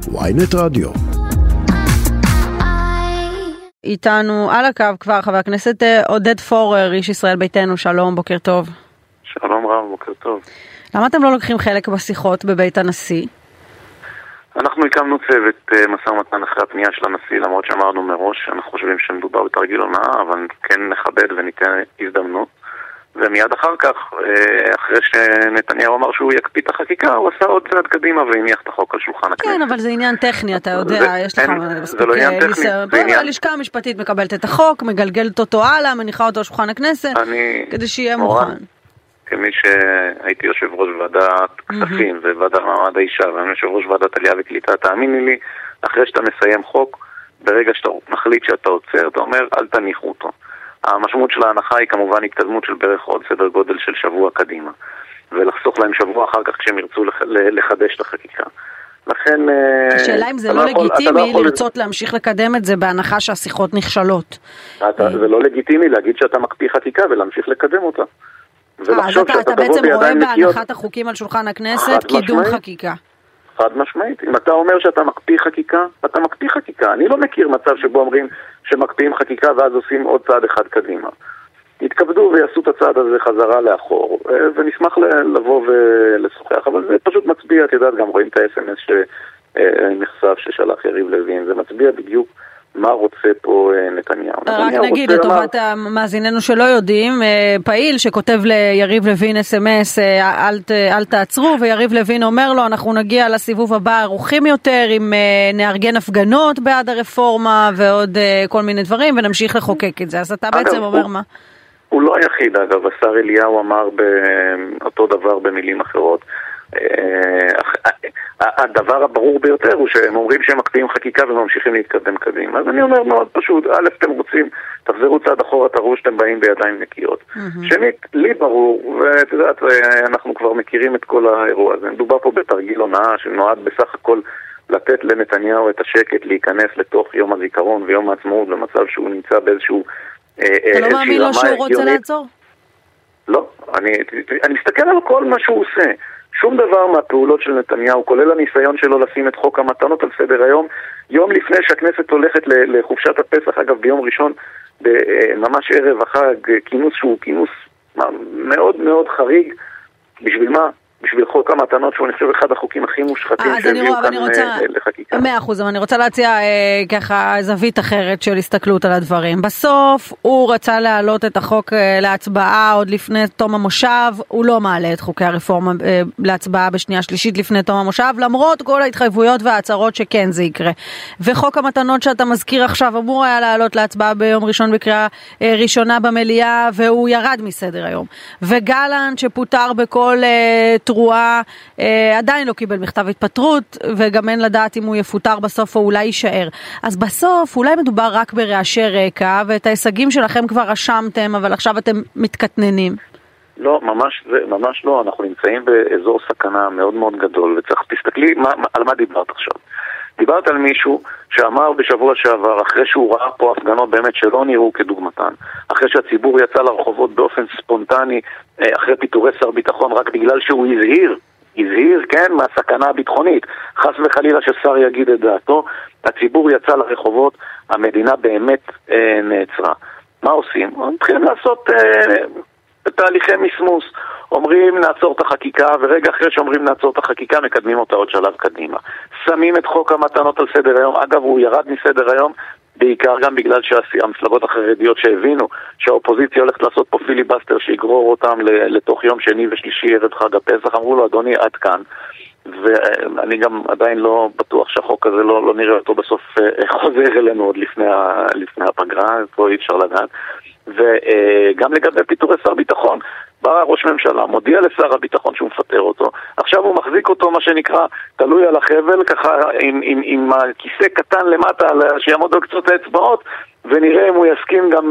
ynet רדיו. איתנו על הקו כבר חבר הכנסת עודד פורר, איש ישראל ביתנו. שלום, בוקר טוב. שלום רב, בוקר טוב. למה אתם לא לוקחים חלק בשיחות בבית הנשיא? אנחנו הקמנו צוות משא ומתן אחרי הפנייה של הנשיא, למרות שאמרנו מראש, אנחנו חושבים שמדובר בתרגיל הונאה, אבל כן נכבד וניתן הזדמנות. ומיד אחר כך, אחרי שנתניהו אמר שהוא יקפיא את החקיקה, הוא עשה עוד צעד קדימה והניח את החוק על שולחן הכנסת. כן, אבל זה עניין טכני, אתה יודע, יש לך זה לא עניין טכני. הלשכה המשפטית מקבלת את החוק, מגלגלת אותו הלאה, מניחה אותו על שולחן הכנסת, כדי שיהיה מוכן. כמי שהייתי יושב ראש ועדת כספים וועדת מעמד האישה, ואני יושב ראש ועדת עלייה וקליטה, תאמיני לי, אחרי שאתה מסיים חוק, ברגע שאתה מחליט שאתה עוצר, אתה אומר, אל תניחו אותו. המשמעות של ההנחה היא כמובן התקדמות של בערך עוד סדר גודל של שבוע קדימה, ולחסוך להם שבוע אחר כך כשהם ירצו לחדש את החקיקה. לכן... השאלה אם זה לא לגיטימי לרצות להמשיך לקדם את זה בהנחה שהשיחות נכשלות. זה לא לגיטימי להגיד שאתה מקפיא חקיקה ולהמשיך לקדם אותה. אז אתה בעצם רואה בהנחת החוקים על שולחן הכנסת קידום חקיקה. חד משמעית. אם אתה אומר שאתה מקפיא חקיקה, אתה מקפיא חקיקה. אני לא מכיר מצב שבו אומרים שמקפיאים חקיקה ואז עושים עוד צעד אחד קדימה. יתכבדו ויעשו את הצעד הזה חזרה לאחור, ונשמח לבוא ולשוחח, אבל זה פשוט מצביע, את יודעת, גם רואים את ה-SMS שנחשף ששלח יריב לוין, זה מצביע בדיוק מה רוצה פה נתניהו. רק נגיד לטובת המאזיננו שלא יודעים, פעיל שכותב ליריב לוין SMS, אל תעצרו, ויריב לוין אומר לו, אנחנו נגיע לסיבוב הבא ערוכים יותר, אם נארגן הפגנות בעד הרפורמה ועוד כל מיני דברים, ונמשיך לחוקק את זה. אז אתה בעצם אומר מה? הוא לא היחיד, אגב, השר אליהו אמר אותו דבר במילים אחרות. הדבר הברור ביותר הוא שהם אומרים שהם מקפיאים חקיקה וממשיכים להתקדם קדימה. אז אני אומר מאוד פשוט, א', אתם רוצים, תחזרו צעד אחורה, תראו שאתם באים בידיים נקיות. שנית, לי ברור, ואת יודעת, אנחנו כבר מכירים את כל האירוע הזה. מדובר פה בתרגיל הונאה שנועד בסך הכל לתת לנתניהו את השקט להיכנס לתוך יום הזיכרון ויום העצמאות במצב שהוא נמצא באיזשהו אתה לא מאמין לו שהוא רוצה לעצור? לא, אני מסתכל על כל מה שהוא עושה. שום דבר מהפעולות של נתניהו, כולל הניסיון שלו לשים את חוק המתנות על סדר היום, יום לפני שהכנסת הולכת לחופשת הפסח, אגב ביום ראשון, ממש ערב החג, כינוס שהוא כינוס מאוד מאוד חריג. בשביל מה? בשביל חוק המתנות שהוא נחשב אחד החוקים הכי מושחתים שהביאו כאן לחקיקה. 100%, אבל אני רוצה להציע ככה זווית אחרת של הסתכלות על הדברים. בסוף הוא רצה להעלות את החוק להצבעה עוד לפני תום המושב, הוא לא מעלה את חוקי הרפורמה להצבעה בשנייה שלישית לפני תום המושב, למרות כל ההתחייבויות וההצהרות שכן זה יקרה. וחוק המתנות שאתה מזכיר עכשיו אמור היה לעלות להצבעה ביום ראשון בקריאה ראשונה במליאה, והוא ירד מסדר היום. וגלנט שפוטר בכל תרועה, עדיין לא קיבל מכתב התפטרות, וגם אין לדעת אם הוא יפוטר בסוף או אולי יישאר. אז בסוף אולי מדובר רק ברעשי רקע, ואת ההישגים שלכם כבר רשמתם, אבל עכשיו אתם מתקטננים. לא, ממש לא. אנחנו נמצאים באזור סכנה מאוד מאוד גדול, וצריך, תסתכלי על מה דיברת עכשיו. דיברת על מישהו שאמר בשבוע שעבר, אחרי שהוא ראה פה הפגנות באמת שלא נראו כדוגמתן, אחרי שהציבור יצא לרחובות באופן ספונטני, אחרי פיטורי שר ביטחון, רק בגלל שהוא הזהיר, כן, מהסכנה הביטחונית, חס וחלילה ששר יגיד את דעתו, הציבור יצא לרחובות, המדינה באמת נעצרה. מה עושים? מתחילים לעשות תהליכי מסמוס. אומרים נעצור את החקיקה, ורגע אחרי שאומרים נעצור את החקיקה, מקדמים אותה עוד שלב קדימה. שמים את חוק המתנות על סדר היום, אגב הוא ירד מסדר היום, בעיקר גם בגלל שהמפלגות החרדיות שהבינו שהאופוזיציה הולכת לעשות פה פיליבסטר שיגרור אותם לתוך יום שני ושלישי ערב חג הפסח, אמרו לו אדוני עד כאן, ואני גם עדיין לא בטוח שהחוק הזה לא נראה אותו בסוף חוזר אלינו עוד לפני הפגרה, פה אי אפשר לדעת. וגם לגבי פיטורי שר ביטחון, בא ראש ממשלה, מודיע לשר הביטחון שהוא מפטר אותו, עכשיו הוא מחזיק אותו מה שנקרא תלוי על החבל, ככה עם הכיסא קטן למטה שיעמוד על קצות האצבעות, ונראה אם הוא יסכים גם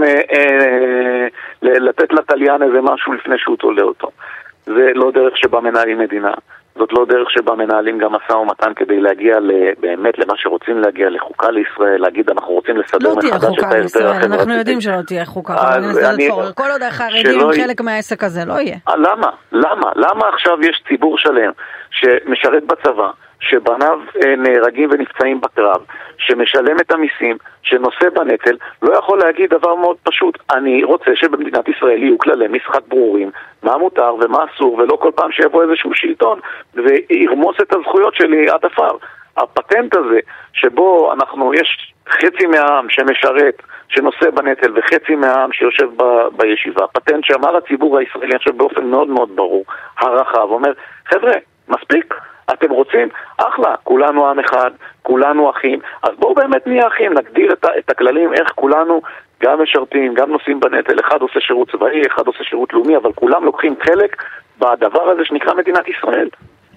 לתת לטליין איזה משהו לפני שהוא תולה אותו. זה לא דרך שבה מנהלים מדינה, זאת לא דרך שבה מנהלים גם משא ומתן כדי להגיע באמת למה שרוצים להגיע לחוקה לישראל, להגיד אנחנו רוצים לסדר מחדש את ההסדר החברתי. אנחנו יודעים שלא תהיה חוקה, כל עוד החרדים חלק מהעסק הזה לא יהיה. למה עכשיו יש ציבור שלם שמשרת בצבא, שבניו נהרגים ונפצעים בקרב, שמשלם את המיסים, שנושא בנטל, לא יכול להגיד דבר מאוד פשוט. אני רוצה שבמדינת ישראל יהיו כללי משחק ברורים, מה מותר ומה אסור, ולא כל פעם שיבוא איזשהו שלטון וירמוס את הזכויות שלי עד אפר. הפטנט הזה, שבו יש חצי מהעם שמשרת, שנושא בנטל, וחצי מהעם שיושב בישיבה, פטנט שאמר הציבור הישראלי, עכשיו באופן מאוד מאוד ברור, הרחב, אומר, חבר'ה, מספיק, אתם רוצים? אחלה, כולנו עם אחד, כולנו אחים, אז בואו באמת נהיה אחים, נגדיר את הכללים, איך כולנו גם משרתים, גם נושאים בנטל, אחד עושה שירות צבאי, אחד עושה שירות לאומי, אבל כולם לוקחים חלק בדבר הזה שנקרא מדינת ישראל.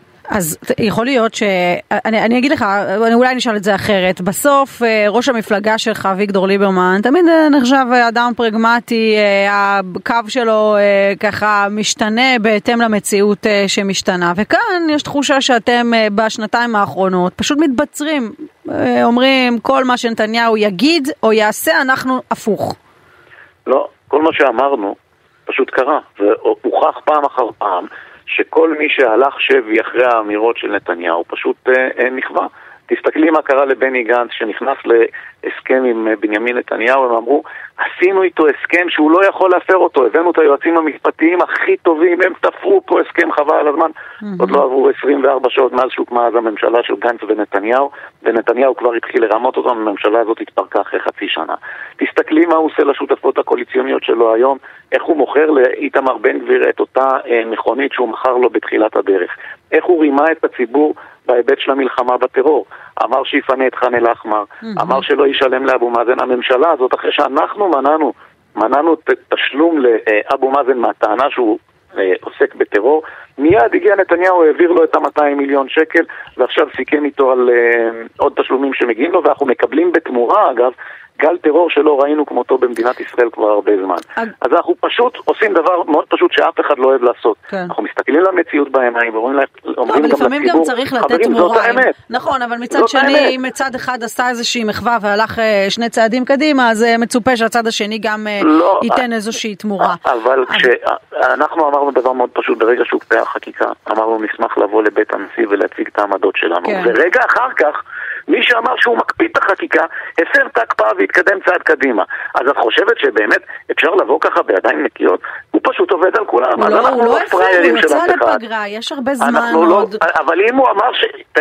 אז יכול להיות אני אגיד לך, אולי נשאל את זה אחרת. בסוף ראש המפלגה שלך, אביגדור ליברמן, תמיד נחשב אדם פרגמטי, הקו שלו ככה משתנה בהתאם למציאות שמשתנה. וכאן יש תחושה שאתם בשנתיים האחרונות פשוט מתבצרים, אומרים כל מה שנתניהו יגיד או יעשה אנחנו הפוך. לא, כל מה שאמרנו פשוט קרה, והוכח פעם אחר פעם שכל מי שהלך שבי אחרי האמירות של נתניהו פשוט נכווה. תסתכלי מה קרה לבני גנץ שנכנס להסכם עם בנימין נתניהו, הם אמרו, עשינו איתו הסכם שהוא לא יכול להפר אותו, הבאנו את היועצים המשפטיים הכי טובים, הם תפרו פה הסכם חבל על הזמן, עוד לא עברו 24 שעות מאז שהוקמה אז הממשלה של גנץ ונתניהו, ונתניהו כבר התחיל לרמות אותו, הממשלה הזאת התפרקה אחרי חצי שנה. תסתכלי מה הוא עושה לשותפות הקואליציוניות שלו היום, איך הוא מוכר לאיתמר בן גביר את אותה מכונית שהוא מכר לו בתחילת הדרך, איך הוא רימה את הציבור בהיבט של המלחמה בטרור, אמר שיפנה את חן אל אחמר, אמר שלא ישלם לאבו מאזן. הממשלה הזאת, אחרי שאנחנו מנענו תשלום לאבו מאזן מהטענה שהוא עוסק בטרור, מיד הגיע נתניהו, העביר לו את ה-200 מיליון שקל, ועכשיו סיכם איתו על עוד תשלומים שמגיעים לו, ואנחנו מקבלים בתמורה, אגב, גל טרור שלא ראינו כמותו במדינת ישראל כבר הרבה זמן. אז אנחנו פשוט עושים דבר מאוד פשוט שאף אחד לא אוהב לעשות. אנחנו מסתכלים למציאות בעיניים ואומרים גם לפעמים גם צריך לתת תמורה. נכון, אבל מצד שני, אם מצד אחד עשה איזושהי מחווה והלך שני צעדים קדימה, אז מצופה שהצד השני גם ייתן איזושהי תמורה. אבל כשאנחנו אמרנו דבר מאוד פשוט, ברגע שהוקפאה החקיקה, אמרנו נשמח לבוא לבית הנשיא ולהציג את העמדות שלנו. ורגע אחר כך מי שאמר שהוא מקפיא את החקיקה, הפר את ההקפאה והתקדם צעד קדימה. אז את חושבת שבאמת אפשר לבוא ככה בידיים נקיות? הוא פשוט עובד על כולם. הוא לא הפר, הוא יצא לפגרה, יש הרבה זמן עוד. אבל אם הוא אמר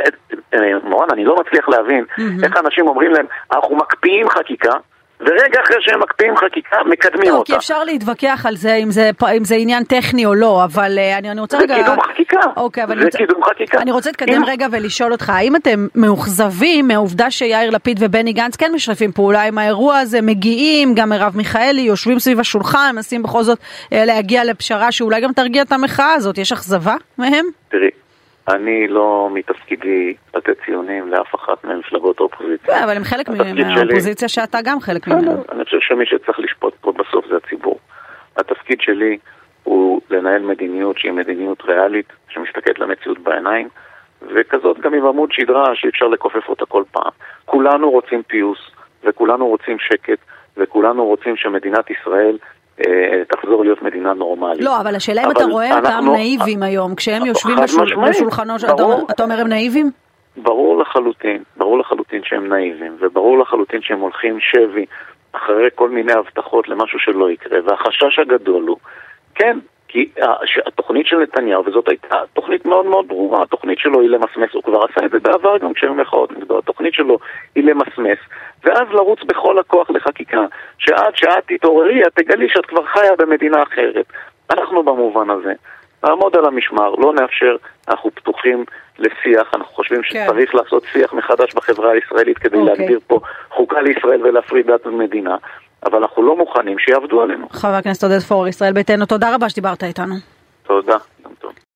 מורן, אני לא מצליח להבין איך אנשים אומרים להם, אנחנו מקפיאים חקיקה, ורגע אחרי שהם מקפיאים חקיקה, מקדמים אותה. כי אפשר להתווכח על זה, אם זה עניין טכני או לא, אבל אני רוצה רגע... זה קידום חקיקה. זה קידום חקיקה. אני רוצה להתקדם רגע ולשאול אותך, האם אתם מאוכזבים מהעובדה שיאיר לפיד ובני גנץ כן משתפים פעולה עם האירוע הזה, מגיעים, גם מרב מיכאלי, יושבים סביב השולחן, מנסים בכל זאת להגיע לפשרה שאולי גם תרגיע את המחאה הזאת, יש אכזבה מהם? תראי. אני לא מתפקידי לתת ציונים לאף אחת ממפלגות האופוזיציה. אבל הם חלק מהאופוזיציה שאתה גם חלק ממנה. אני חושב שמי שצריך לשפוט פה בסוף זה הציבור. התפקיד שלי הוא לנהל מדיניות שהיא מדיניות ריאלית, שמסתכלת למציאות בעיניים, וכזאת גם עם עמוד שדרה שאפשר לקופף אותה כל פעם. כולנו רוצים פיוס, וכולנו רוצים שקט, וכולנו רוצים שמדינת ישראל תחזור להיות מדינה נורמלית. לא, אבל השאלה אם אתה רואה אותם נאיבים היום, כשהם יושבים בשולחנו, אתה אומר הם נאיבים? ברור לחלוטין שהם נאיבים, וברור לחלוטין שהם הולכים שבי אחרי כל מיני הבטחות למשהו שלא יקרה, והחשש הגדול הוא, כן, כי התוכנית של נתניהו, וזאת הייתה תוכנית מאוד מאוד ברורה, התוכנית שלו היא למסמס, הוא כבר עשה את זה בעבר גם כשהם מחאות נגדו, התוכנית שלו היא למסמס, ואז לרוץ בכל הכוח לחקיקה, שעד שאת תתעוררי, את תגלי שאת כבר חיה במדינה אחרת. אנחנו במובן הזה נעמוד על המשמר, לא נאפשר, אנחנו פתוחים לשיח, אנחנו חושבים שצריך לעשות שיח מחדש בחברה הישראלית כדי להגדיר פה חוקה לישראל ולהפריד דת ומדינה, אבל אנחנו לא מוכנים שיעבדו עלינו. חבר הכנסת עודד פורר, ישראל ביתנו, תודה רבה שדיברת איתנו. תודה.